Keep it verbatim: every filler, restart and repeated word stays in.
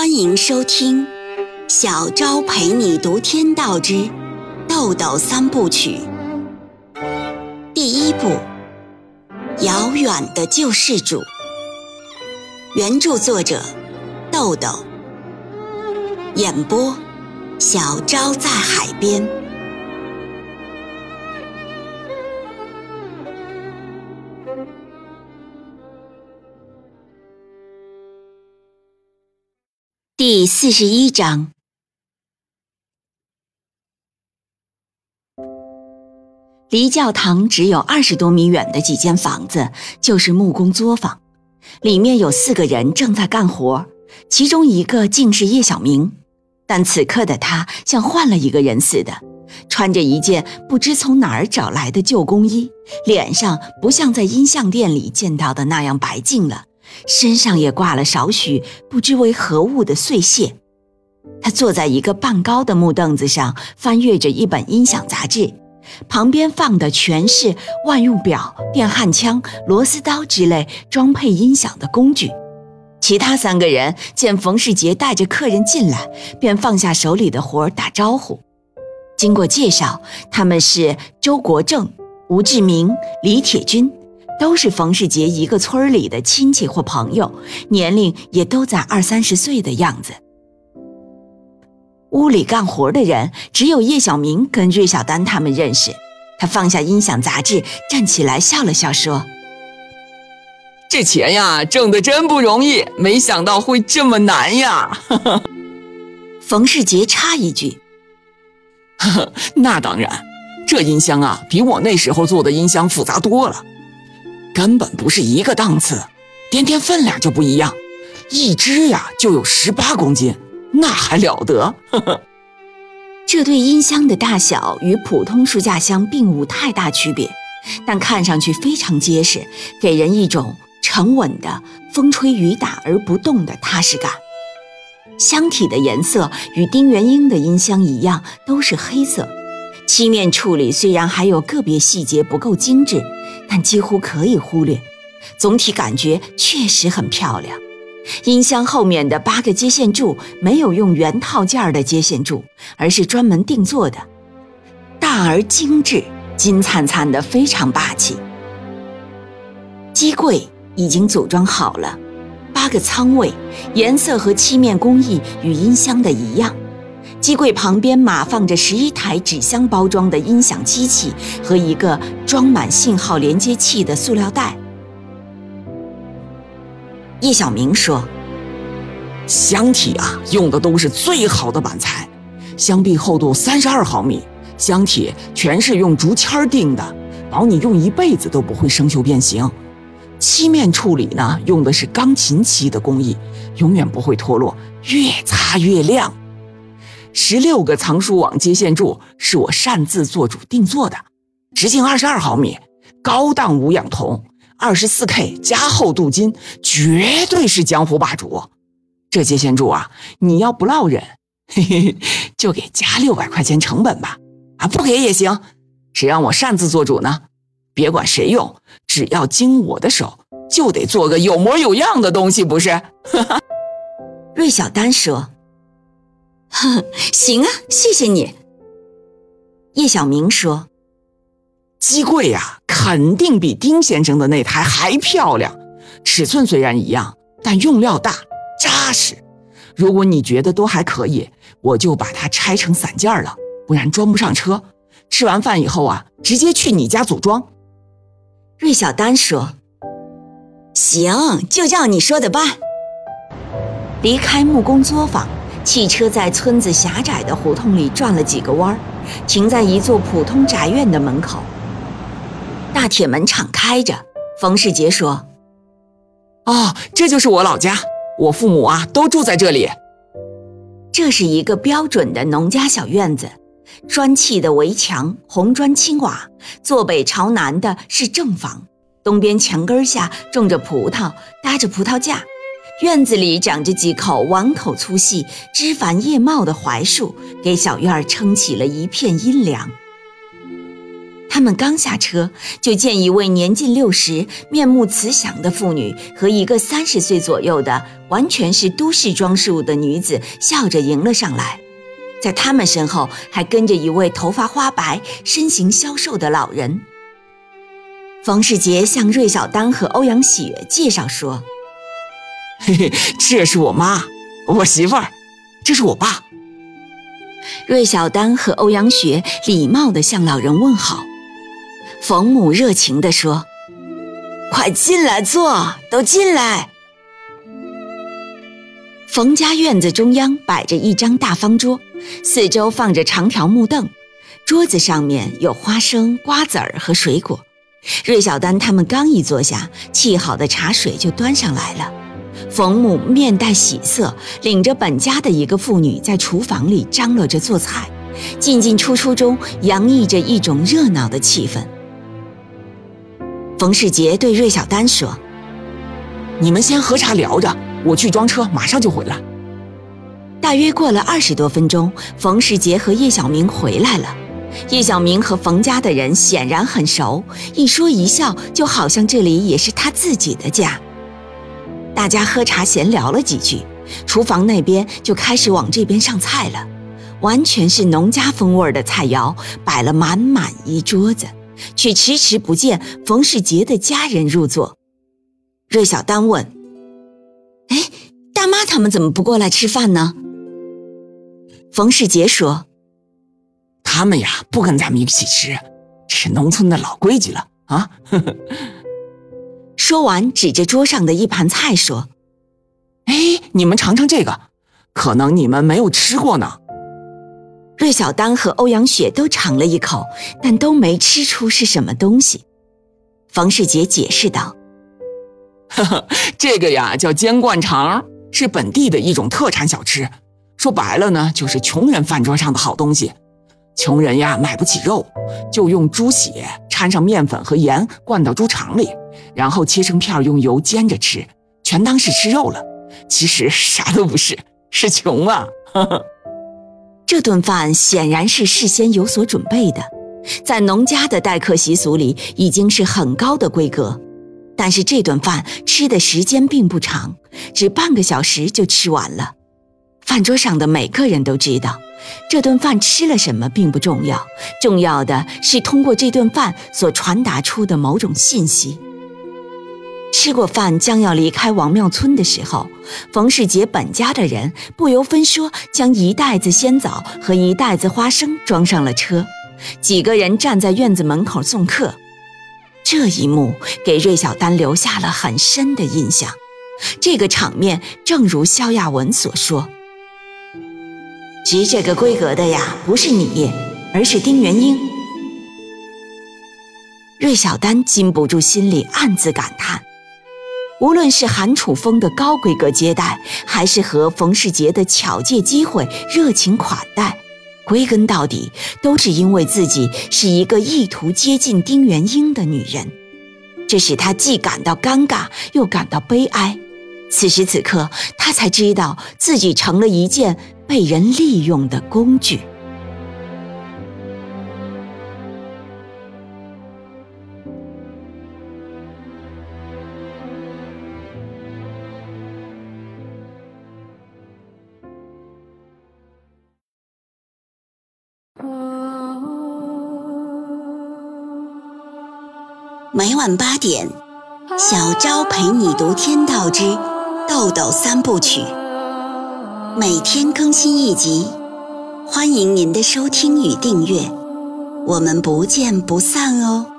欢迎收听小昭陪你读天道之豆豆三部曲。第一部，遥远的救世主。原著作者豆豆，演播小昭在海边。第四十一章。离教堂只有二十多米远的几间房子就是木工作坊，里面有四个人正在干活，其中一个竟是叶小明，但此刻的他像换了一个人似的，穿着一件不知从哪儿找来的旧工衣，脸上不像在音像店里见到的那样白净了，身上也挂了少许不知为何物的碎屑。他坐在一个半高的木凳子上，翻阅着一本音响杂志，旁边放的全是万用表、电焊枪、螺丝刀之类装配音响的工具。其他三个人见冯世杰带着客人进来，便放下手里的活打招呼。经过介绍，他们是周国正、吴志明、李铁军，都是冯世杰一个村里的亲戚或朋友，年龄也都在二三十岁的样子。屋里干活的人只有叶小明跟芮小丹他们认识。他放下音响杂志，站起来笑了笑说： 这钱呀挣得真不容易，没想到会这么难呀。 冯世杰插一句： 那当然，这音箱啊比我那时候做的音箱复杂多了，根本不是一个档次，掂掂分量就不一样，一只呀就有十八公斤，那还了得。 这对音箱的大小与普通书架箱并无太大区别，但看上去非常结实，给人一种沉稳的风吹雨打而不动的踏实感。箱体的颜色与丁元英的音箱一样，都是黑色。漆面处理虽然还有个别细节不够精致，但几乎可以忽略，总体感觉确实很漂亮。音箱后面的八个接线柱没有用原套件的接线柱，而是专门定做的，大而精致，金灿灿的，非常霸气。机柜已经组装好了，八个仓位，颜色和漆面工艺与音箱的一样。机柜旁边码放着十一台纸箱包装的音响机器和一个装满信号连接器的塑料袋。叶小明说： 箱体啊用的都是最好的板材，箱壁厚度三十二毫米，箱体全是用竹签钉的，保你用一辈子都不会生锈变形。漆面处理呢用的是钢琴漆的工艺，永远不会脱落，越擦越亮。十六个藏书网接线柱是我擅自做主定做的，直径二十二毫米，高档无氧铜，二十四 K 加厚镀金，绝对是江湖霸主。这接线柱啊，你要不落忍，嘿嘿，就给加六百块钱成本吧，啊，不给也行，谁让我擅自做主呢？别管谁用，只要经我的手，就得做个有模有样的东西，不是？ 芮小丹说：行啊，谢谢你。叶小明说： 机柜呀、啊，肯定比丁先生的那台还漂亮，尺寸虽然一样，但用料大扎实。如果你觉得都还可以，我就把它拆成散件了，不然装不上车。吃完饭以后啊，直接去你家组装。 芮小丹说：行，就照你说的办。离开木工作坊，汽车在村子狭窄的胡同里转了几个弯，停在一座普通宅院的门口。大铁门敞开着，冯世杰说： 哦，这就是我老家，我父母啊都住在这里。 这是一个标准的农家小院子，砖砌的围墙，红砖青瓦，坐北朝南的是正房，东边墙根下种着葡萄，搭着葡萄架，院子里长着几口碗口粗细、枝繁叶茂的槐树，给小院撑起了一片阴凉。 他们刚下车，就见一位年近六十、面目慈祥的妇女和一个三十岁左右的完全是都市装束的女子笑着迎了上来。在他们身后还跟着一位头发花白、身形消瘦的老人。冯世杰向芮小丹和欧阳雪介绍说： 嘿嘿，这是我妈，我媳妇儿，这是我爸。 芮小丹和欧阳雪礼貌地向老人问好。冯母热情地说：快进来坐，都进来。冯家院子中央摆着一张大方桌，四周放着长条木凳，桌子上面有花生、瓜子儿和水果。芮小丹他们刚一坐下，沏好的茶水就端上来了。冯母面带喜色，领着本家的一个妇女在厨房里张罗着做菜，进进出出中洋溢着一种热闹的气氛。冯世杰对芮小丹说： 你们先喝茶聊着，我去装车，马上就回来。 大约过了二十多分钟，冯世杰和叶小明回来了。叶小明和冯家的人显然很熟，一说一笑就好像这里也是他自己的家。大家喝茶闲聊了几句，厨房那边就开始往这边上菜了，完全是农家风味的菜肴，摆了满满一桌子，却迟迟不见冯世杰的家人入座。芮小丹问：哎，大妈他们怎么不过来吃饭呢？冯世杰说： 他们呀，不跟咱们一起吃，这是农村的老规矩了啊。呵呵。 说完指着桌上的一盘菜说： 哎，你们尝尝这个，可能你们没有吃过呢。 芮小丹和欧阳雪都尝了一口，但都没吃出是什么东西。冯世杰解释道： 呵呵，这个呀叫煎灌肠，是本地的一种特产小吃，说白了呢，就是穷人饭桌上的好东西。穷人呀买不起肉，就用猪血掺上面粉和盐灌到猪肠里，然后切成片用油煎着吃，全当是吃肉了。其实啥都不是，是穷啊。呵呵。 这顿饭显然是事先有所准备的，在农家的待客习俗里已经是很高的规格。但是这顿饭吃的时间并不长，只半个小时就吃完了。饭桌上的每个人都知道，这顿饭吃了什么并不重要，重要的是通过这顿饭所传达出的某种信息。吃过饭将要离开王庙村的时候，冯世杰本家的人不由分说将一袋子鲜枣和一袋子花生装上了车，几个人站在院子门口送客。这一幕给芮小丹留下了很深的印象。这个场面正如萧亚文所说，值这个规格的呀，不是你，而是丁元英。芮小丹禁不住心里暗自感叹，无论是韩楚风的高规格接待，还是和冯世杰的巧借机会热情款待，归根到底都是因为自己是一个意图接近丁元英的女人。这使他既感到尴尬，又感到悲哀。此时此刻，他才知道自己成了一件被人利用的工具。 每晚八点，小昭陪你读天道之豆豆三部曲，每天更新一集，欢迎您的收听与订阅，我们不见不散哦。